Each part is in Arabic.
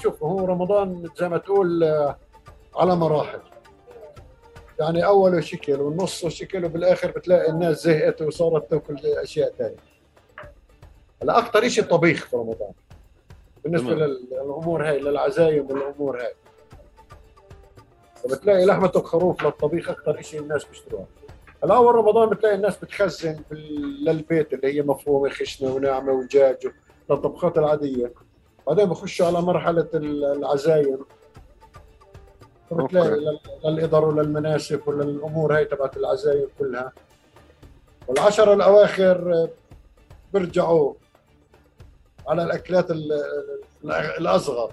شوف هو رمضان زي ما تقول على مراحل. يعني أوله شكل والنص شكل وبالآخر بتلاقي الناس زهقت وصارت تاكل أشياء ثانية. هلا أكثر شيء الطبيخ في رمضان بالنسبة تمام. للأمور هاي، للعزايم والأمور هاي. فبتلاقي لحمة الخروف للطبيخ أكثر شيء الناس بيشتروها. هلا أول رمضان بتلاقي الناس بتخزن للبيت اللي هي مفرومة خشنة وناعمة ودجاج للطبخات العادية. بعدين بخشوا على مرحلة العزايم، فبتلاقي اوكي. للإضر وللمناسف وللأمور هاي تبعت العزايم كلها. والعشرة الأواخر بيرجعوا على الأكلات الأصغر.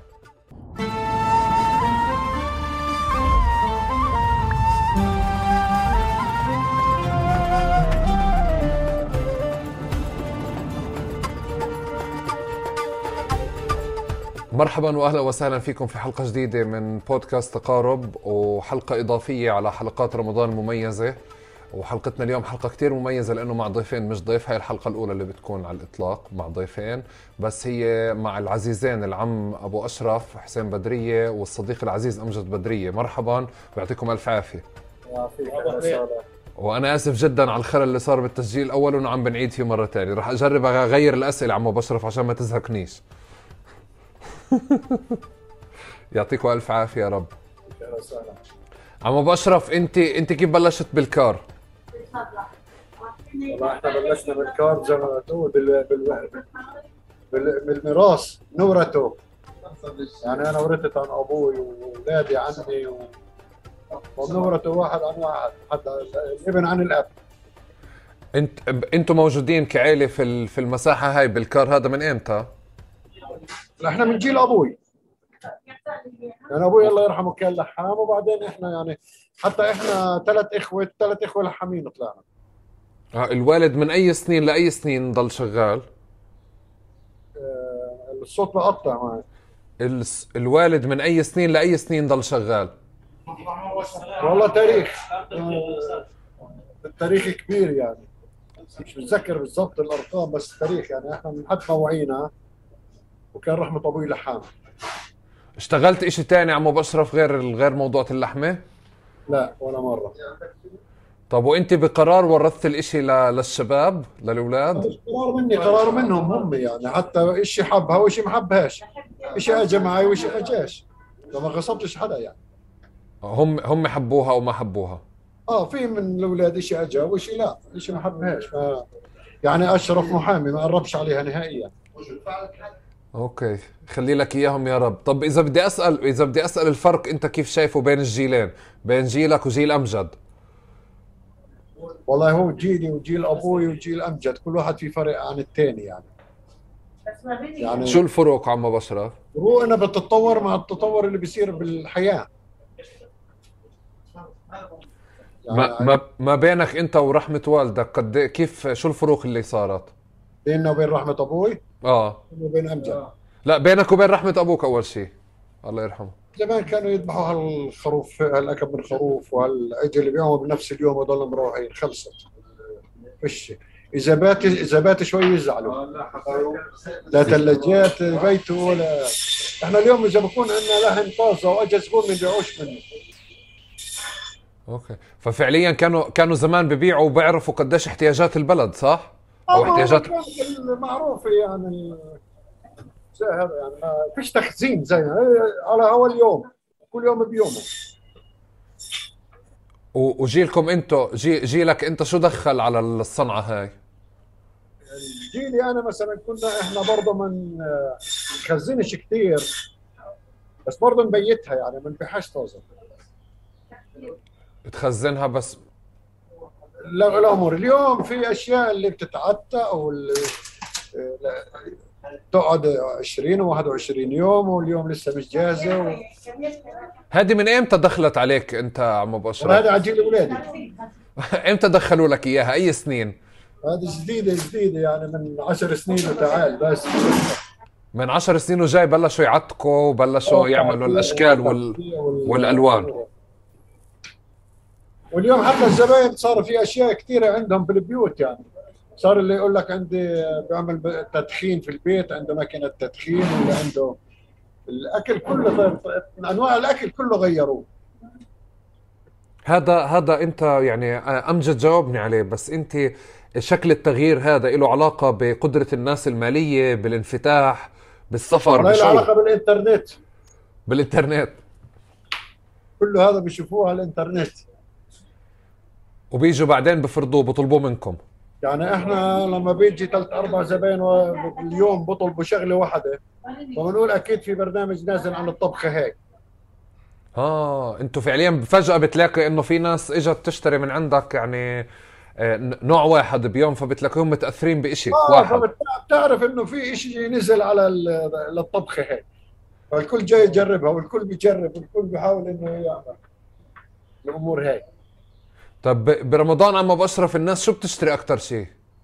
مرحبا واهلا وسهلا فيكم في حلقة جديدة من بودكاست تقارب، وحلقة إضافية على حلقات رمضان المميزة. وحلقتنا اليوم حلقة كتير مميزة لأنه مع ضيفين، مش ضيف، هاي الحلقة الأولى اللي بتكون على الإطلاق مع ضيفين، بس هي مع العزيزين العم أبو أشرف حسين بدرية والصديق العزيز أمجد بدرية. مرحبا ويعطيكم ألف عافية. وأنا آسف جدا على الخلل اللي صار بالتسجيل الأول، وأنه عم بنعيد فيه مرة تانية. رح أجرب أغير الأسئلة عم أبو أشرف عشان ما تزهقنيش. يعطيكم ألف عافية يا رب. عم أبو أشرف، أنت كيف بلشت بالكار؟ والله احنا بلشنا بالكار زي ما تقول بالميراث نورته. يعني انا ورثت عن ابوي واولادي عني ونورته واحد عن واحد، حتى الابن عن الاب. انتوا موجودين كعيلة في المساحة هاي بالكار هذا من امتى؟ احنا من جيل ابوي. يعني ابوي الله يرحمه كان لحام، وبعدين احنا يعني حتى احنا ثلاث اخوه لحامين طلعنا. الوالد من اي سنين لاي سنين ضل شغال؟ الصوت بقطع معي. الوالد من اي سنين لاي سنين ضل شغال؟ والله تاريخ التاريخ كبير، يعني مش متذكر بالضبط الارقام، بس تاريخ يعني احنا من حد ما وعينا. وكان رحمة ابوي لحام. اشتغلت اشي تاني عم ابو اشرف غير موضوع اللحمة؟ لا ولا مرة. طب وانت بقرار ورثت الاشي للشباب للاولاد؟ قرار مني، قرار منهم هم، يعني حتى اشي حبها واشي ما حبهاش، اشي اجى معي واشي ما جاش، فما غصبتش حدا يعني. هم حبوها وما حبوها؟ في من الاولاد اشي اجى واشي لا، اشي ما حبهاش. يعني اشرف محامي ما قربش عليها نهائيا. اوكي، خلي لك اياهم يا رب. طب اذا بدي اسال الفرق انت كيف شايفه بين الجيلين، بين جيلك وجيل امجد؟ والله هو جيلي وجيل ابوي وجيل امجد كل واحد في فرق عن الثاني يعني شو الفروق عم ابو اشرف؟ هو انا بتتطور مع التطور اللي بيصير بالحياه. ما بينك انت ورحمة والدك كيف شو الفروق اللي صارت؟ بيننا وبين رحمه ابوي وبين امجد. لا، بينك وبين رحمة ابوك اول شيء الله يرحمه. زمان كانوا يذبحوا هالخروف، هالاكب من الخروف وهالعجل اللي بيعملوا بنفس اليوم وضلوا مروحين، خلصت. فيش اذا بات شوي يزعلوا. لا ثلاجات بيته ولا. احنا اليوم اذا بكون عندنا لحم طازه واجى زبون ما نبيعوش منه. اوكي، ففعليا كانوا زمان ببيعوا وبيعرفوا قديش احتياجات البلد، صح؟ او احتياجات معروفه يعني. هذا يعني ما فيش تخزين زي على اول يوم، كل يوم بيومه. وجيلكم انتو جيلك انت شو دخل على الصنعة هاي؟ جيلي انا مثلا كنا احنا برضه من نخزنش كثير، بس برضه نبيتها، يعني ما نبيعهاش طازه. بتخزنها بس؟ لا الامور اليوم في اشياء اللي بتتعتق او اللي تقعد 20 و21 يوم، واليوم لسه مش جاهزه هذه من امتى دخلت عليك انت عم ابو اشرف؟ هذا عجيل اولادي. امتى دخلوا لك اياها؟ اي سنين؟ هذه جديده يعني من 10 سنين وتعال بس. من 10 سنين وجاي بلشوا يعتقوا وبلشوا يعملوا الاشكال والالوان. واليوم حتى الزباين صار في اشياء كثيره عندهم بالبيوت، يعني صار اللي يقول لك عندي بيعمل تدخين في البيت، عنده ماكينه تدخين، ولا عنده الاكل كله، انواع الاكل كله غيروه. هذا انت يعني امجد جاوبني عليه، بس انت شكل التغيير هذا له علاقة بقدرة الناس المالية، بالانفتاح، بالسفر، ولا له بشو؟ علاقه بالانترنت. بالانترنت. كله هذا بيشوفوه على الانترنت. وبيجوا بعدين بفرضوه، بطلبوه منكم. يعني احنا لما بيجي 3 4 زباين باليوم بطلبوا شغله واحده، فبنقول اكيد في برنامج نازل عن الطبخه هيك. انتوا فعليا فجأة بتلاقي انه في ناس اجت تشتري من عندك يعني نوع واحد بيوم، فبتلاقيهم متأثرين بإشي واحد. فبتعرف انه في شيء نزل على الطبخه هيك، فالكل جاي يجربها والكل بيجرب والكل بيحاول انه يعمل الامور هيك. طب برمضان عم بشرف الناس شو بتشتري اكتر شيء؟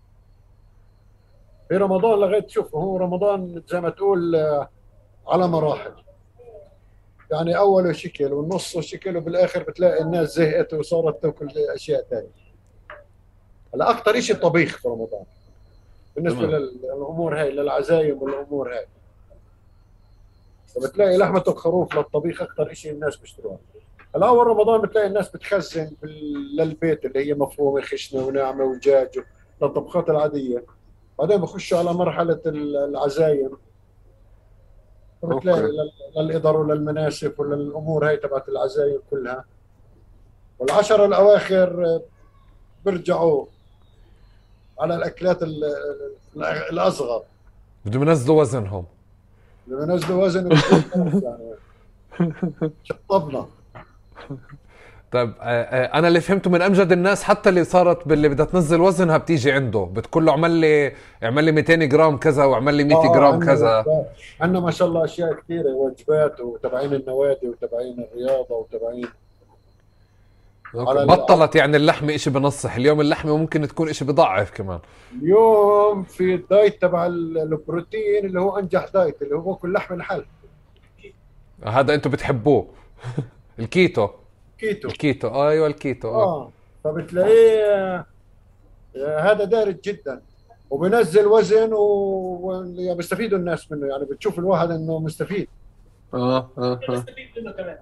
في رمضان لغايه شوف، هو رمضان زي ما تقول على مراحل. يعني اوله شكل والنص شكل وبالاخر بتلاقي الناس زهقت وصارت تاكل اشياء ثانيه. هلا اكثر شيء الطبيخ في رمضان بالنسبه تمام. للامور هاي، للعزايم والامور هاي. فبتلاقي لحمه الخروف للطبيخ اكثر شيء الناس بيشتروها. هلا اول رمضان بتلاقي الناس بتخزن للبيت اللي هي مفرومه خشنه وناعمه ودجاج للطبخات العاديه. بعدين بخشوا على مرحله العزايم، فبتلاقي اوكي. للإدر وللمناسف وللامور هاي تبعت العزايم كلها. والعشرة الاواخر بيرجعوا على الاكلات الاصغر، بدهم ينزلوا وزنهم. لما نزلوا وزن بتكون خلص يعني شطبنا. طيب انا اللي فهمته من امجد الناس حتى اللي صارت باللي بدها تنزل وزنها بتيجي عنده بتقول له اعمل لي 200 جرام كذا واعمل لي 100 جرام عندنا كذا. وجبات، عندنا ما شاء الله اشياء كثيره، وجبات وتبعين النوادي وتبعين الرياضه وتبعين أوكي. على بطلت يعني اللحمه اشي بنصح اليوم، اللحمه ممكن تكون اشي بضعف كمان. اليوم في الدايت تبع البروتين اللي هو انجح دايت، اللي هو باكل لحم الحل. هذا انتوا بتحبوه. الكيتو. كيتو. الكيتو ايوه الكيتو فبتلاقيه هذا دارج جدا وبنزل وزن وبيستفيدوا الناس منه، يعني بتشوف الواحد انه مستفيد. نستفيد منه كمان.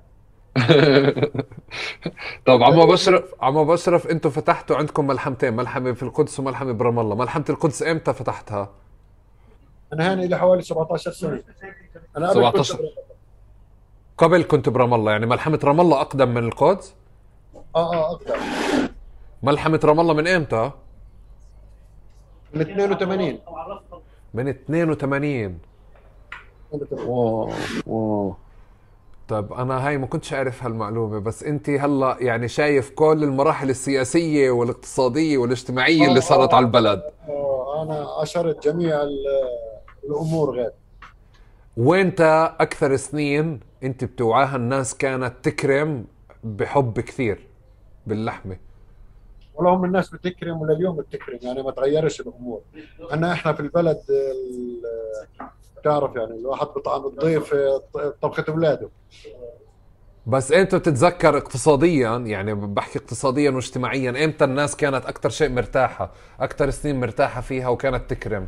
طب عم بشرف انتوا فتحتوا عندكم ملحمتين، ملحمه في القدس وملحمه برام الله. ملحمه القدس امتى فتحتها؟ انا هاني لي حوالي 17 سنه. انا قبل كنت 17. قبل كنت برام الله، يعني ملحمه رام الله اقدم من القدس. اكثر. ملحمه رام الله من امتى؟ من 82. من 82. واو. طيب انا هاي ما كنتش اعرف هالمعلومه، بس انت هلا يعني شايف كل المراحل السياسيه والاقتصاديه والاجتماعيه اللي صارت على البلد. انا عشرت جميع الامور غير. وانت اكثر سنين انت بتوعاها الناس كانت تكرم بحب كثير باللحمه. ولا هم الناس بتكرم ولا اليوم بتكرم، يعني ما تغيرش الامور. احنا في البلد بتعرف يعني الواحد بطعم الضيف طبخة اولاده. بس انت بتتذكر اقتصاديا، يعني بحكي اقتصاديا واجتماعيا، امتى الناس كانت اكثر شيء مرتاحه، اكثر سنين مرتاحه فيها وكانت تكرم؟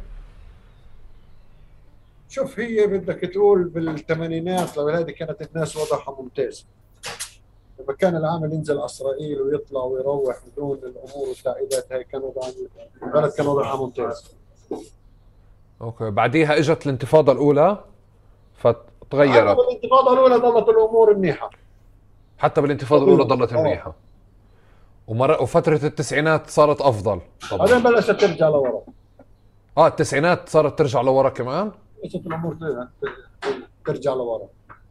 شوف، هي بدك تقول بالثمانينات لو هذه كانت الناس وضعها ممتاز. لما كان العامل ينزل على اسرائيل ويطلع ويروح بدون الامور والتعقيدات هاي، كان وضع البلد كان وضعها ممتاز. اوكي. بعديها اجت الانتفاضه الاولى حتى فتغيرت. بالانتفاضه الاولى ظلت الامور منيحه. حتى بالانتفاضه الاولى ضلت منيحه. وفتره التسعينات صارت افضل طبعا. بعدين بلشت ترجع لورا. التسعينات صارت ترجع لورا كمان. بلشت الامور ترجع لورا.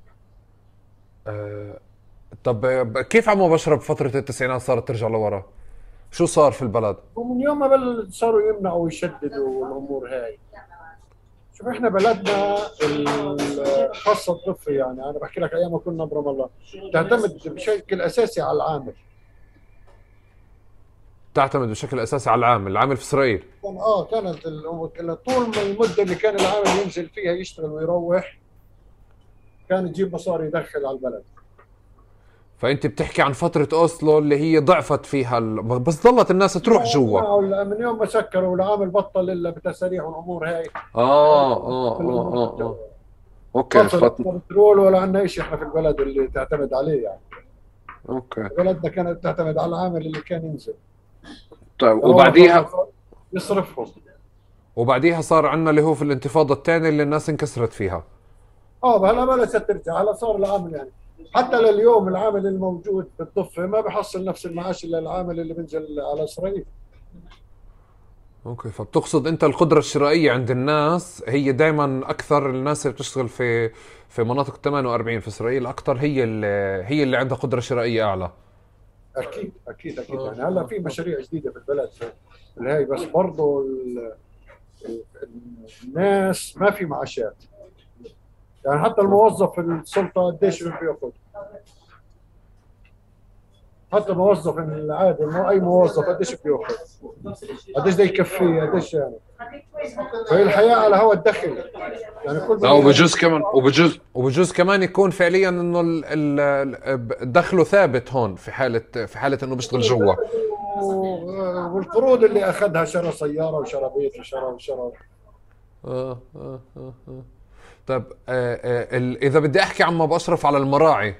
طب كيف عمو بشرب فتره التسعينات صارت ترجع لورا؟ شو صار في البلد؟ ومن يوم ما صاروا يمنعوا ويشددوا الامور هاي. شوف، احنا بلدنا الخاصه الضفه، يعني انا بحكي لك ايام ما كنا برام الله تعتمد بشكل اساسي على العامل. تعتمد بشكل اساسي على العامل في اسرائيل. كانت طول ما المده اللي كان العامل ينزل فيها يشتغل ويروح كان يجيب مصاري يدخل على البلد. فانت بتحكي عن فتره اوسلو اللي هي ضعفت فيها بس ضلت الناس تروح جوا. من يوم ما سكروا العامل بطل الا بتساريح والامور هاي. اوكي خلص لا عندنا بترول ولا عندنا شيء احنا في البلد اللي تعتمد عليه يعني. اوكي. بلدنا كانت تعتمد على العامل اللي كان ينزل. طيب كان والله وبعديها يصرفهم. وبعديها صار عندنا اللي هو في الانتفاضة الثانية اللي الناس انكسرت فيها. هلا بلشت ترجع، هلا صار العامل يعني حتى لليوم العامل الموجود في الضفه ما بحصل نفس المعاش الا العامل اللي بينزل على اسرائيل. اوكي، فبتقصد انت القدرة الشرائية عند الناس هي دائما اكثر، الناس اللي بتشتغل في مناطق 48 في اسرائيل اكثر هي اللي عندها قدرة شرائية اعلى. اكيد اكيد اكيد يعني هلا في مشاريع جديده في البلد اللي هي بس برضه ال- الناس ما في معاشات. يعني حتى الموظف في السلطه قديش بياخذ؟ حتى الموظف العادي انه اي موظف قديش بياخذ؟ قديش ده يكفيه؟ قديش يعني؟ فهي الحياه على هوا الدخل يعني كل لا، بني آدم وبجوز كمان وبجوز كمان يكون فعليا انه دخله ثابت هون في حالة انه بيشتغل جوا. والقروض اللي اخذها شرى سياره وشرى بيت وشرى. طيب اذا بدي احكي عن ما بشرف على المراعي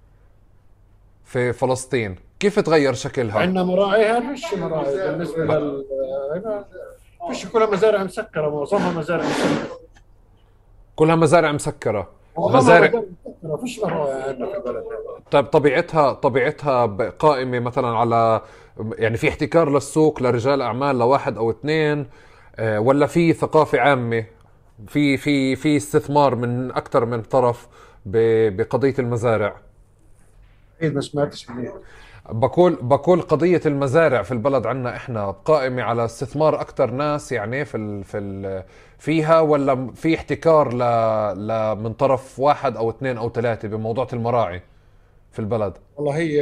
في فلسطين، كيف تغير شكلها؟ عندنا مراعيها فيش مراعي بالنسبه فيش، كلها مزارع مسكره، معظمها مزارع مسكره. كلها مزارع مسكرة. معظمها مزارع. مزارع مسكره، فيش مراعي عندنا في البلد. طيب طبيعتها قائمة مثلا على، يعني في احتكار للسوق لرجال اعمال لواحد او اثنين، ولا في ثقافة عامة، في استثمار من اكثر من طرف بقضية المزارع؟ اكيد ما سمعتش منيح. بقول قضية المزارع في البلد عنا احنا قائمة على استثمار اكثر ناس يعني فيها، ولا في احتكار من طرف واحد او اثنين او ثلاثة بموضوع المراعي في البلد؟ والله هي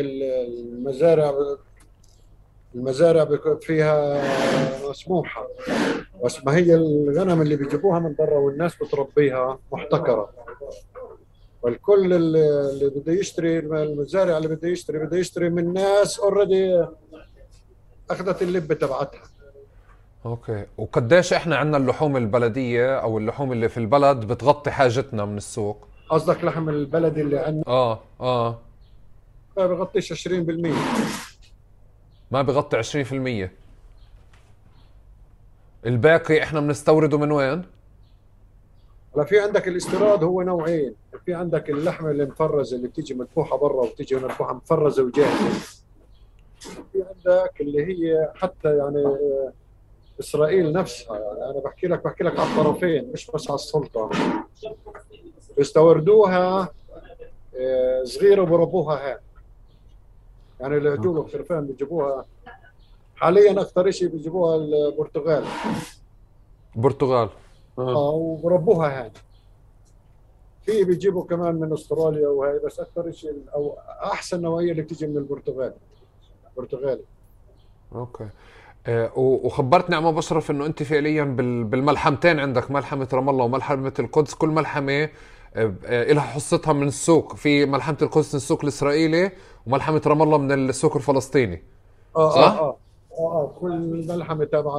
المزارع بيكون فيها مسموحه، بس ما هي الغنم اللي بيجيبوها من برا والناس بتربيها محتكره. والكل اللي بده يشتري، المزارع اللي بده يشتري من ناس اوريدي اخذت اللبه تبعتها. اوكي، وقديش احنا عنا اللحوم البلدية او اللحوم اللي في البلد بتغطي حاجتنا من السوق؟ قصدك لحم البلدي اللي عندنا؟ اه ما بغطيش 20%. ما بغطي 20%. الباقي احنا بنستورده من وين؟ هلا في عندك الاستيراد هو نوعين، في عندك اللحمه المفرزه اللي بتيجي مذبوحه برا وبتيجي مذبوحه مفرزه وجاهزه. في عندك اللي هي حتى يعني اسرائيل نفسها، يعني انا بحكي لك على الطرفين مش بس على السلطه. بيستوردوها صغيره وبربوها هان. يعني العجول والخرفان بيجيبوها حاليا اكثر شيء بيجيبوها البرتغال. برتغال. وبربوها هان. في بيجيبوا كمان من استراليا وهي، بس اكثر شيء او احسن نوعيه اللي بتيجي من البرتغال، برتغالي. اوكي. وخبرتني عم بشرف انه انت فعليا بالملحمتين، عندك ملحمه رام الله وملحمه القدس، كل ملحمه لها حصتها من السوق. في ملحمه القدس من السوق الاسرائيلي، وملحمه رام الله من السوق الفلسطيني. صح؟ كل ملحمه تابعه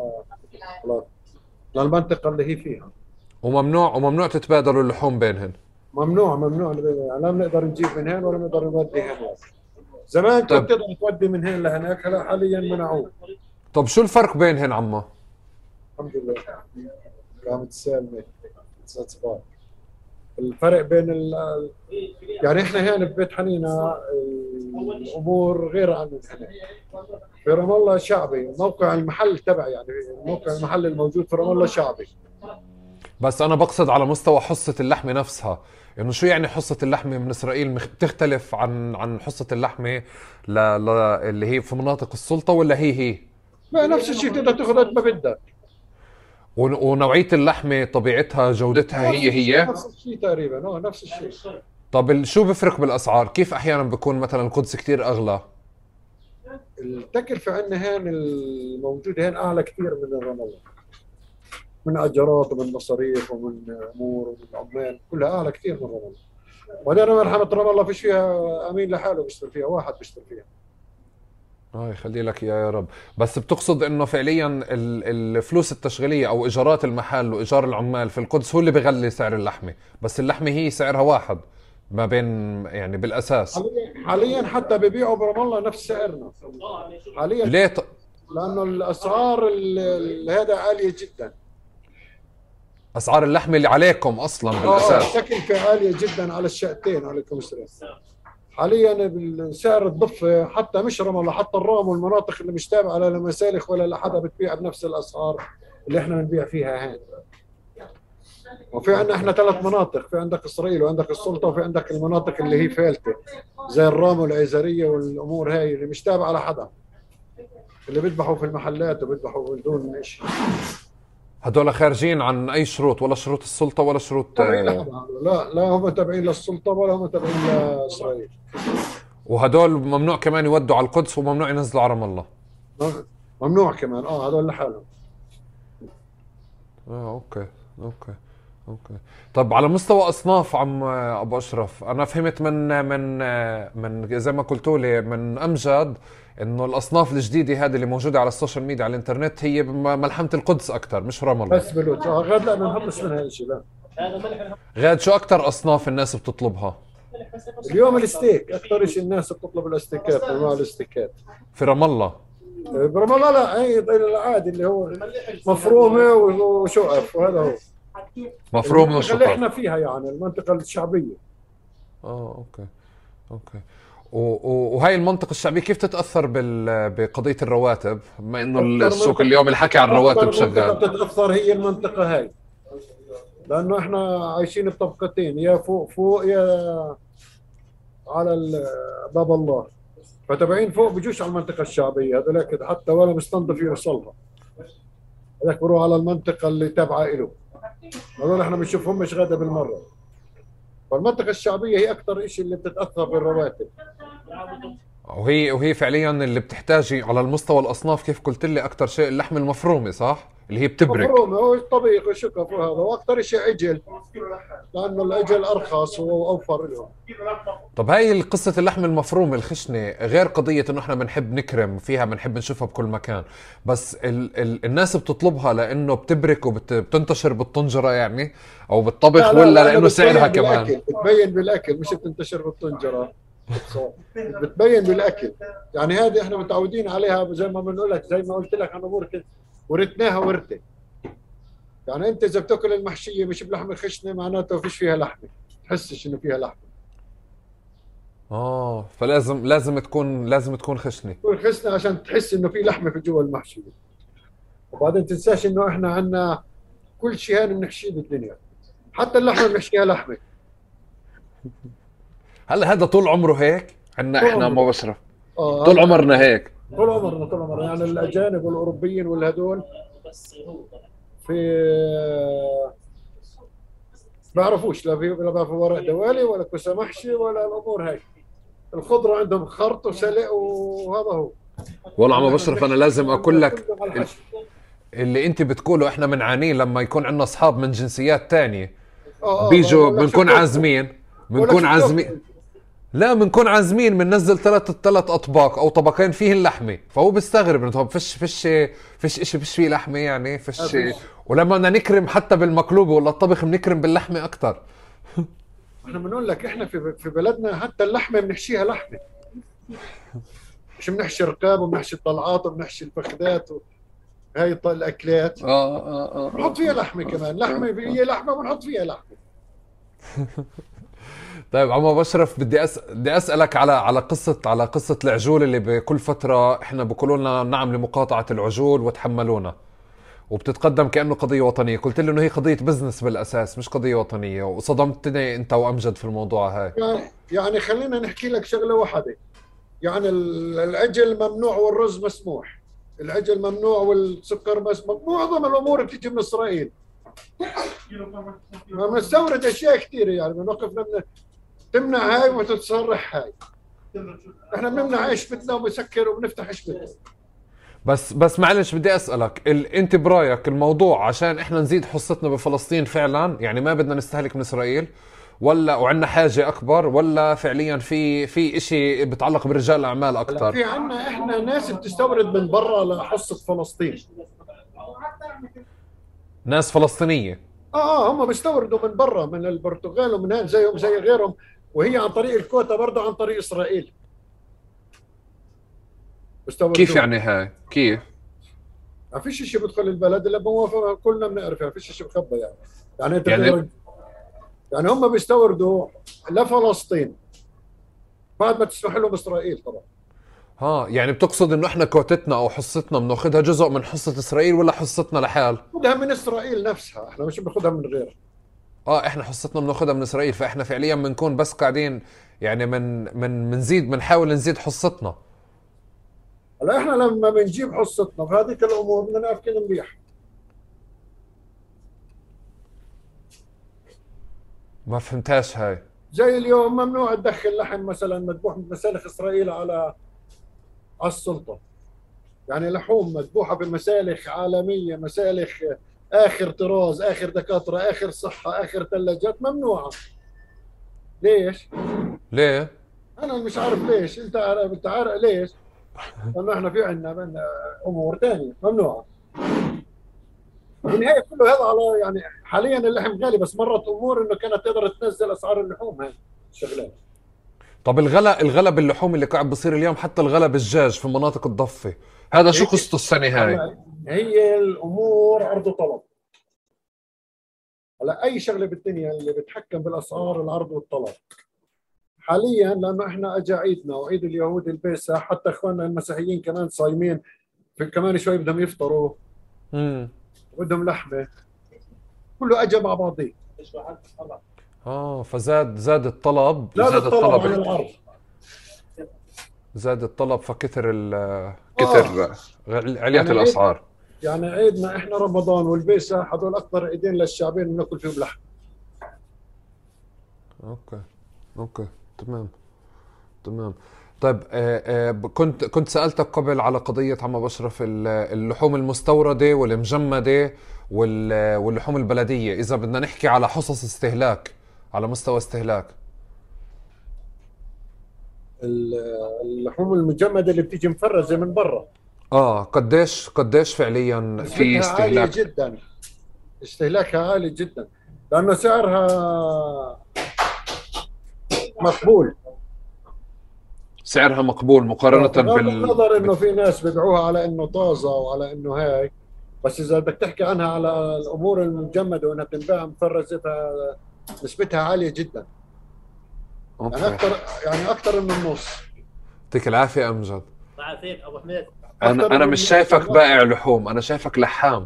للمنطقه اللي هي فيها. وممنوع تتبادلوا اللحوم بينهن. ممنوع يعني لا بنقدر نجيب من هنا ولا بنقدر نودي هناك. زمان كنت تقدر تودي من هنا لهناك، هلا حاليا منعوه. طب شو الفرق بينهن عمّا؟ الحمد لله قامت سالمة. صباح. الفرق بين يعني احنا هنا ببيت حنينة الامور غير عن هنا. في رام الله شعبي، موقع المحل تبعي يعني موقع المحل الموجود في رام الله شعبي. بس انا بقصد على مستوى حصة اللحمة نفسها، انه شو يعني حصة اللحمة من اسرائيل بتختلف عن حصة اللحمة اللي هي في مناطق السلطة، ولا هي؟ ما نفس الشيء، تقدر تاخذ قد ما بدك. ونوعية اللحمة طبيعتها جودتها هي نفس الشيء تقريبا، نفس الشيء. طب شو بفرق بالاسعار؟ كيف احيانا بيكون مثلا القدس كتير اغلى؟ التكلفة عندنا هون الموجودة هون أعلى كثير من رام الله، من أجارات ومن مصاريف ومن أمور ومن عمال، كلها أعلى كثير من رام الله. وبعدين مرحبا رام الله فيش فيها أمين لحاله بيشتغل فيها، واحد بيشتغل فيها. يخلي لك اياه يا رب. بس بتقصد انه فعليا الفلوس التشغيليه او ايجارات المحل وايجار العمال في القدس هو اللي بيغلي سعر اللحمه، بس اللحمه هي سعرها واحد ما بين يعني بالاساس. حاليا حتى ببيعوا برام الله نفس سعرنا حاليا، ليه لانه الاسعار هذا عاليه جدا. اسعار اللحمه اللي عليكم اصلا بالاساس. التكلفه عاليه جدا على الشقتين. عليكم السلام. حاليا سعر الضفه حتى مش رام الله، حتى الرام والمناطق اللي مش تابعه لا لمسالخ ولا لحدا بتبيع بنفس الاسعار اللي احنا بنبيع فيها هين. وفي عندنا احنا 3 مناطق، في عندك اسرائيل وعندك السلطه وفي عندك المناطق اللي هي فالته زي الرام والعيزريه والامور هاي اللي مش تابعه لحدا، اللي بيذبحوا في المحلات وبيذبحوا بدون شيء. هدول خارجين عن اي شروط، ولا شروط السلطه ولا شروط لا هم تابعين للسلطه ولا هم تابعين لاسرائيل. وهدول ممنوع كمان يودوا على القدس وممنوع ينزلوا على رام الله. ممنوع كمان هذول لحالهم. اوكي اوكي اوكي. طب على مستوى اصناف عم ابو اشرف، انا فهمت من زي ما قلتوا لي من امجد انه الاصناف الجديده هذه اللي موجوده على السوشيال ميديا على الانترنت هي ملحمه القدس اكثر مش رام الله. بس بلوت غاد لا ما بنحطش منها شيء. لا غاد شو اكثر اصناف الناس بتطلبها اليوم؟ الستيك اكثر شيء الناس بتطلب الاستيكات، انواع الاستيكات في رام الله. برام الله لا هي العادي اللي هو مفرومه وشقف، وهذا هو مفرومه وشقف اللي وشقف. احنا فيها يعني المنطقه الشعبيه. اوكي اوكي. وهاي المنطقة الشعبية كيف تتأثر بقضية الرواتب، بما انه السوق اليوم الحكي عن الرواتب شغال؟ تتأثر هي المنطقة هاي، لأنه احنا عايشين بطبقتين، يا فوق يا على باب الله، فتبعين فوق بيجوش على المنطقة الشعبية هذولك حتى ولا مستنضف يوصلها، هذاك بروح على المنطقة اللي تابعة له، هذول احنا بنشوفهم مش غدا بالمرة. فالمنطقة الشعبية هي أكثر شيء اللي بتتأثر بالرواتب. وهي فعليا اللي بتحتاجي على المستوى الاصناف كيف قلت لي اكثر شيء اللحم المفرومه صح اللي هي بتبرك. مفرومه والطبيخ وشكف وهذا، واكثر شيء عجل لانه العجل ارخص واوفر لهم. طب هاي قصه اللحم المفروم الخشنه غير قضيه انه احنا بنحب نكرم فيها، بنحب نشوفها بكل مكان، بس الناس بتطلبها لانه بتبرك وبتنتشر بالطنجره يعني او بالطبخ، ولا لانه سعرها كمان بتبين بالاكل مش بتنتشر بالطنجره، بتبين بالاكل. يعني هذه احنا متعودين عليها زي ما بنقول لك، زي ما قلت لك عن امور كده ورثناها ورثه. يعني انت اذا بتاكل المحشيه مش بلحمه خشنه معناته فيش فيها لحمه، تحسش انه فيها لحمه. فلازم تكون خشنه. تكون خشنه عشان تحس انه في لحمه في جوا المحشيه. وبعدين تنساش انه احنا عندنا كل شيء هان بنحشيه بالدنيا، حتى اللحمه بنحشيها لحمه. هلا هذا طول عمره هيك عندنا احنا ابو بشرف؟ طول هذا عمرنا هيك. طول عمرنا يعني الاجانب والاوروبيين والهدول في بعرفوش لا بيعرفوا ورق دوالي ولا كوسه محشي ولا الامور هاي. الخضره عندهم خرط وسلق وهذا هو. والله عم بشرف انا لازم اقول لك اللي انت بتقوله احنا بنعانيه لما يكون عندنا اصحاب من جنسيات تانية بيجوا بنكون عازمين لا بنكون عازمين بننزل ثلاث اطباق او طبقين فيه اللحمه، فهو بيستغرب انه فيش شيء فيه لحمه يعني فيش. ولما بدنا نكرم حتى بالمقلوبه ولا الطبخ بنكرم باللحمه اكثر. احنا بنقول لك احنا في بلدنا حتى اللحمه بنحشيها لحمه، مش بنحشي رقاب وبنحشي الطلعات وبنحشي الفخذات هاي الاكلات. بنحط فيها لحمه كمان، لحمه هي لحمه بنحط فيها لحمه. طيب عم بشرف بدي اسالك على قصه العجول اللي بكل فتره احنا بيقولوا لنا نعم لمقاطعه العجول وتحملونا، وبتتقدم كانه قضيه وطنيه، قلت لي انه هي قضيه بزنس بالاساس مش قضيه وطنيه، وصدمتني انت وامجد في الموضوع هاي. يعني خلينا نحكي لك شغله واحده، يعني العجل ممنوع والرز مسموح، العجل ممنوع والسكر مسموح، معظم الامور بتيجي من اسرائيل. ما بنستورد اشياء كثيره، يعني بنوقف تمنع هاي وتتصرح هاي. احنا بنمنع عشبتنا وبنسكر وبنفتح عشبتنا. بس معلش بدي اسالك انت برايك الموضوع عشان احنا نزيد حصتنا بفلسطين فعلا، يعني ما بدنا نستهلك من اسرائيل، ولا وعندنا حاجه اكبر، ولا فعليا في اشي بتعلق برجال الاعمال هلا اكثر؟ في عنا احنا ناس بتستورد من برا لحصة فلسطين. ناس فلسطينيه. هم بيستوردوا من برا، من البرتغال ومن هون زيهم زي غيرهم، وهي عن طريق الكوتا برضه، عن طريق اسرائيل كيف بيستوردوا. يعني هاي كيف؟ ما فيش شيء بدخل البلد الا بموافقه، كلنا بنعرف، ما فيش شيء بخبى يعني. يعني انت يعني يعني هم بيستوردوا لفلسطين بعد ما تسمح لهم اسرائيل طبعا. يعني بتقصد انه احنا كوتتنا او حصتنا بناخذها جزء من حصة اسرائيل، ولا حصتنا لحال؟ خذها من اسرائيل نفسها، احنا مش بناخذها من غيرها. احنا حصتنا بناخذها من اسرائيل، فاحنا فعليا بنكون بس قاعدين يعني بنحاول نزيد حصتنا. هلا احنا لما بنجيب حصتنا في هذيك الامور بدنا ناكل منيح. ما فهمتاش هاي. زي اليوم ممنوع تدخل لحم مثلا مذبوح من مسالخ اسرائيل على السلطه. يعني لحوم مذبوحه بمسالخ عالميه، مسالخ اخر طراز، اخر دكاتره، اخر صحه، اخر ثلاجات، ممنوعه. ليش؟ ليه؟ انا مش عارف ليش. انت عارف ليش؟ لانه احنا في عندنا امور ثانيه ممنوعه. في النهايه كله هذا على يعني حاليا اللحم غالي، بس مرت امور انه كانت تقدر تنزل اسعار اللحوم. هاي الشغلات. طب الغلا باللحوم اللي قاعد بصير اليوم، حتى الغلا بالدجاج في مناطق الضفة، هذا شو قصته السنة هاي؟ هي الامور عرض وطلب. هلا اي شغله بالدنيا اللي بتحكم بالاسعار العرض والطلب. حاليا لانه احنا اجى عيدنا وعيد اليهود البيسح، حتى اخواننا المسيحيين كمان صايمين، في كمان شوي بدهم يفطروا امم وبدهم لحمه، كله اجى مع بعضيه. زاد الطلب، زاد الطلب عن العرض. زاد الطلب فكثر آه. كثر عليت يعني الاسعار. يعني عيدنا احنا رمضان والبيسح هذول اكثر عيدين للشعبين بناكل فيهم لحم. اوكي تمام. طيب كنت سألتك قبل على قضية عم بشرف اللحوم المستوردة والمجمدة واللحوم البلدية، إذا بدنا نحكي على حصص استهلاك على مستوى استهلاك. اللحوم المجمده اللي بتيجي مفرزه من برا، قديش فعليا في نسبتها عاليه استهلاك؟ جدا، استهلاكها عالي جدا، لانه سعرها مقبول. سعرها مقبول مقارنة بغض النظر انه في ناس بيبيعوها على انه طازه وعلى انه هاي، بس اذا بدك تحكي عنها على الامور المجمده وانها بتنباع مفرزه، نسبتها عاليه جدا. يعني اكثر من النص. يعطيك العافية أمجد. عافيك ابو حميد. أنا مش شايفك بائع لحوم، أنا شايفك لحام.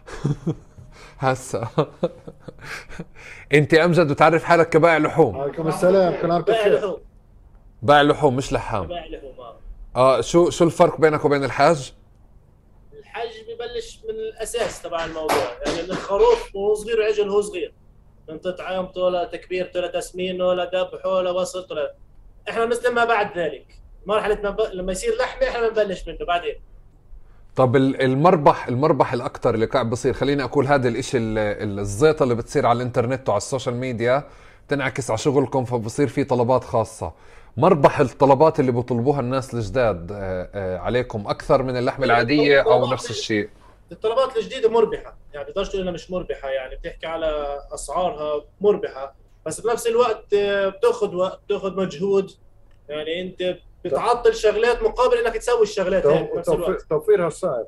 هسا أنت أمجد بتعرف حالك كبائع لحوم. عليكم السلام، كل عام بخير. بائع لحوم مش لحام. بائع لحوم. شو الفرق بينك وبين الحاج؟ الحج ببلش من الاساس تبع الموضوع، يعني من الخروف وهو صغير وعجل وهو صغير، من تطعيمته ولا تكبيرته ولا تسمينه ولا ذبحه ولا وسط ولا. احنا بنسلم ما بعد ذلك، مرحله لما يصير لحمه احنا بنبلش منه بعدين. طب المربح الاكثر اللي قاعد بصير، خليني اقول هذا الاشي الزيطه اللي بتصير على الانترنت وعلى السوشيال ميديا بتنعكس على شغلكم، فبصير في طلبات خاصه. مربح الطلبات اللي بيطلبوها الناس الجداد عليكم اكثر من اللحمه العاديه او نفس الشيء؟ الطلبات الجديده مربحه، يعني بتقدرش تقول انها مش مربحه، يعني بتحكي على اسعارها مربحه، بس بنفس الوقت بتاخذ وقت، بتاخذ مجهود، يعني انت بتعطل شغلات مقابل انك تسوي الشغلات هاي بنفس الوقت. توفيرها صعب.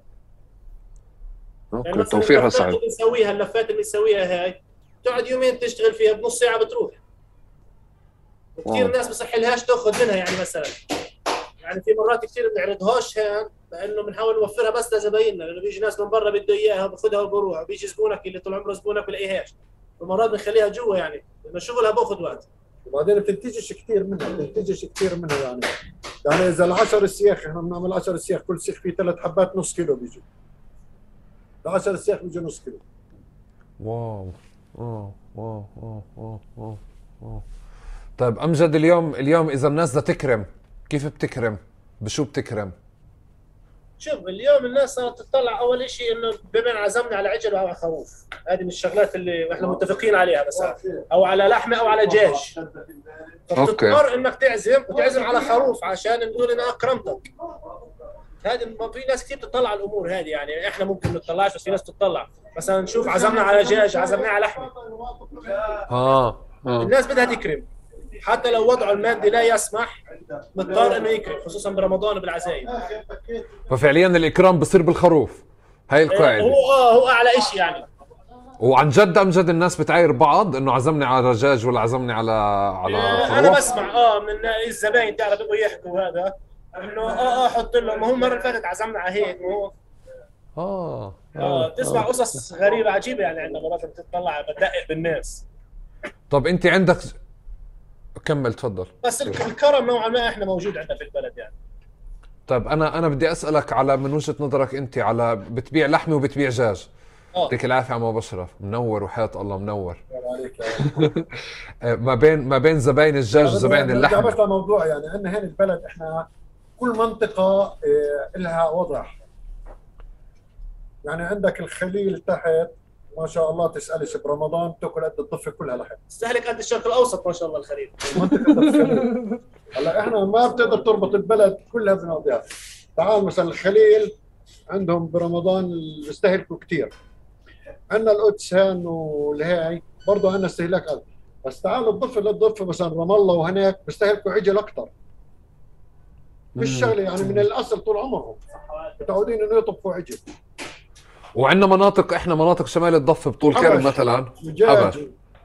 يعني توفيرها صعب. اللفات اللي نسويها هاي تقعد يومين تشتغل فيها، بنص ساعه بتروح. وكثير ناس بصح لهاش تاخذ منها، يعني مثلا يعني في مرات كثير بنعرضهاش هان لانه بنحاول نوفرها بس لزبايننا، لانه بيجي ناس من برا بده اياها باخذها وبروح، بيجي زبونك اللي طول عمره زبونك بلاقيهاش، ومرات بنخليها جوا يعني لانه شغلها باخذ وقت. وبعدين بتنتجش كثير منها يعني اذا ال10 سياخ احنا بنعمل 10 سياخ، كل سيخ فيه 3 حبات نص كيلو بيجي. ال10 سياخ بيجي نص كيلو. واو. طيب امجد، اليوم اذا الناس بدها تكرم، كيف بتكرم؟ بشو بتكرم؟ شوف اليوم الناس صارت تطلع اول شيء انه بما عزمنا على عجل او على خروف، هذه من الشغلات اللي احنا متفقين عليها مثلا، او على لحمه او على دجاج. فبتضطر انك تعزم وتعزم على خروف عشان نقول انا اكرمتك. هذه في ناس كثير بتطلع على الامور هذه، يعني احنا ممكن ما نطلعش بس في ناس بتطلع. مثلا نشوف عزمنا على دجاج، عزمنا على لحمه. الناس بدها تكرم حتى لو وضعه المادي لا يسمح، مضطر انه يكرم خصوصا برمضان وبالعزايم. ففعليا الاكرام بصير بالخروف، هاي القاعده. هو اعلى شيء يعني. وعن جد امجد الناس بتعاير بعض انه عزمني على دجاج ولا عزمني على خروف. انا بسمع من الزباين تعرف بيبقوا يحكوا هذا انه حط له، ما هو المره اللي فاتت عزمنا على هيك، ما هو بتسمع قصص غريبه عجيبه يعني. عندنا مرات بتطلع بتدقق بالناس. طب انت عندك كمل تفضل. بس الكرم نوعا ما احنا موجود عندنا في البلد يعني. طيب انا بدي اسالك على من وجهه نظرك انت، على بتبيع لحمه وبتبيع دجاج. يعطيك العافيه عم ابو اشرف، منور وحياة الله منور. ما بين زباين الدجاج وزباين اللحمه. بس موضوع يعني عندنا هنا البلد احنا كل منطقه لها وضع. يعني عندك الخليل تحت ما شاء الله تسألش برمضان تاكل قد الضفه كلها لحم. تستهلك قد الشرق الاوسط ما شاء الله الخليل. منطقه الخليل. هلا احنا ما بتقدر تربط البلد كلها بمواضيع. تعال مثلا الخليل عندهم برمضان بيستهلكوا كثير. عندنا القدس هان والهاي برضه عندنا استهلاك أقل. بس تعال الضفه للضفه مثلا رام الله وهناك بيستهلكوا عجل اكثر. مش شغله يعني من الاصل طول عمرهم متعودين انه يطبخوا عجل. وعندنا احنا مناطق شمال الضفه بطول كرم مثلا حبش.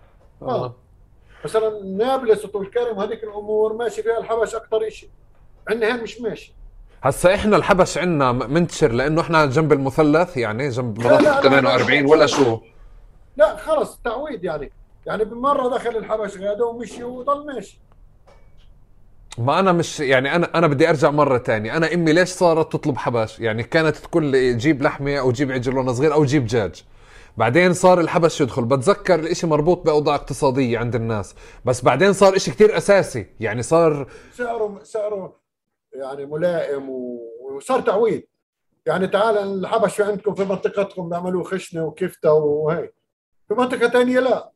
مثلا نابلس وطول كرم وهذيك الامور ماشي فيها الحبش اكثر شيء. عندنا هين مش ماشي. هسا احنا الحبش عندنا منتشر لانه احنا جنب المثلث، يعني جنب مناطق 48 ولا شو؟ لا خلص تعويد يعني بمره دخل الحبش غاده ومشي وضل ماشي. ما انا مش يعني انا بدي ارجع مره تانية. انا امي ليش صارت تطلب حبش؟ يعني كانت تقول جيب لحمه او جيب عجل وانا صغير او جيب دجاج، بعدين صار الحبش يدخل. بتذكر الاشي مربوط باوضاع اقتصاديه عند الناس، بس بعدين صار اشي كتير اساسي، يعني صار سعره يعني ملائم وصار تعويد. يعني تعال الحبش في عندكم في منطقتكم بيعملوه خشنه وكفته وهيك، في منطقه ثانيه لا.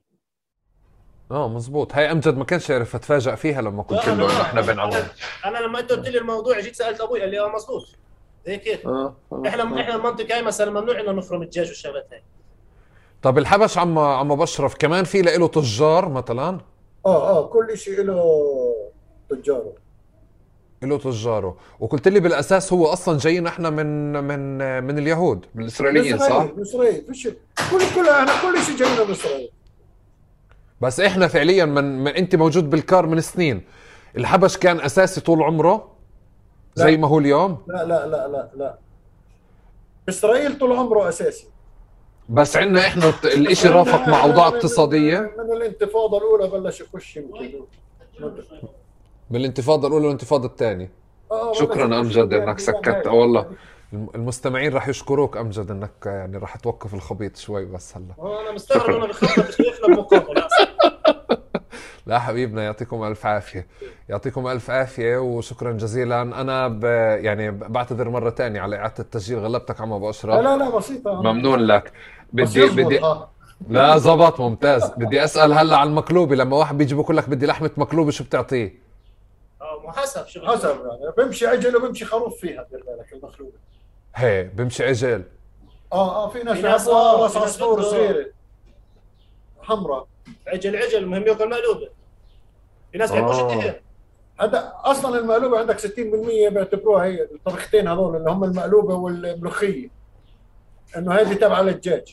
مزبوط. هاي امجد ما كانش يعرف، اتفاجئ فيها لما قلت له انه احنا بين عمان. انا لما انت قلت لي الموضوع جيت سالت ابوي قال لي مزبوط زي كيف. احنا المنطقه هاي مثلا ممنوع انه نفرم الدجاج والشغلات هاي. طب الحبش عم بشرف كمان في له تجار مثلا؟ كل شيء له تجاره. له تجاره. وقلت لي بالاساس هو اصلا جايين احنا من اليهود، من الاسرائيليين صح؟ من اسرائيل فيش كل شيء جاينا من اسرائيل. بس احنا فعليا من انت موجود بالكار من سنين، الحبش كان اساسي طول عمره زي ما هو اليوم؟ لا لا لا لا لا، اسرائيل طول عمره اساسي، بس عندنا احنا الاشي رافق مع اوضاع اقتصاديه. من الانتفاضه الاولى بلش يخش يمكن. من الانتفاضه الاولى والانتفاضه الثانيه. شكرا امجد انك سكت. والله المستمعين راح يشكروك امجد انك يعني راح توقف الخبيط شوي بس هلا. انا مستغرب انه بخبط شايف له مقابله. لا حبيبنا، يعطيكم الف عافيه. يعطيكم الف عافيه وشكرا جزيلا. انا يعني بعتذر مره ثانيه على اعاده التسجيل، غلبتك عم ابو اشرف. لا بسيطه. ممنون لك. بدي لا زبط ممتاز. بدي اسال هلا على المقلوبه، لما واحد بيجي بقول لك بدي لحمه مقلوبه شو بتعطيه؟ حسب يعني بمشي عجل وبمشي خروف فيها. دير بالك المخلوبه بمشي عجل. في ناس بيحبوا راس عصفور صغيره حمراء. عجل المهم ياكل مقلوبه. في ناس بيحبوش الدهن. هذا اصلا المقلوبه عندك 60% بيعتبروها هي الطبختين هذول اللي هم المقلوبه والملوخيه، انه هذه تبع للدجاج.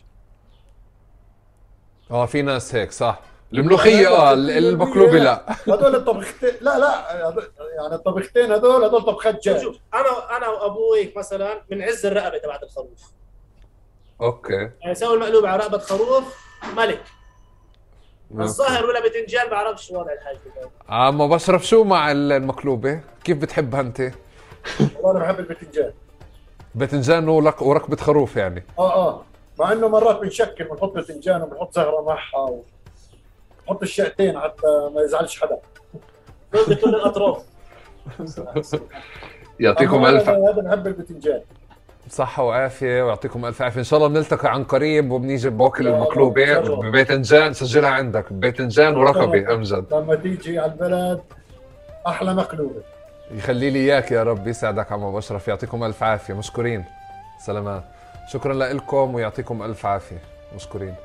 في ناس هيك صح. الملوخيه المقلوبه لا. هذول الطبختين لا يعني الطبختين هذول طبخات دجاج. شوف انا وابويك مثلا بنعز الرقبه تبعت الخروف. اوكي. يعني سوي المقلوبه على رقبه خروف ملك. الظاهر ولا بتنجان بعرفش وضع الحاجه. عم بشرف شو مع المقلوبه؟ كيف بتحبها انت؟ والله انا بحب البتنجان. بتنجان وركبه خروف يعني. مع انه مرات بنشكل بنحط بتنجان وبنحط زهره معها ونحط الشقتين حتى ما يزعلش حدا. بكل الاطراف. يعطيكم الف هذا بنحب البتنجان. صحة وعافية ويعطيكم الف عافية. ان شاء الله بنلتقي عن قريب وبنيجي بوكل المقلوبة بباذنجان. سجلها عندك بباذنجان ورقبي امجد. لما تيجي على البلد احلى مقلوبة. يخلي لي اياك يا رب. يسعدك عم ابو اشرف. يعطيكم الف عافية. مشكورين. سلامات. شكرا لكم ويعطيكم الف عافية. مشكورين.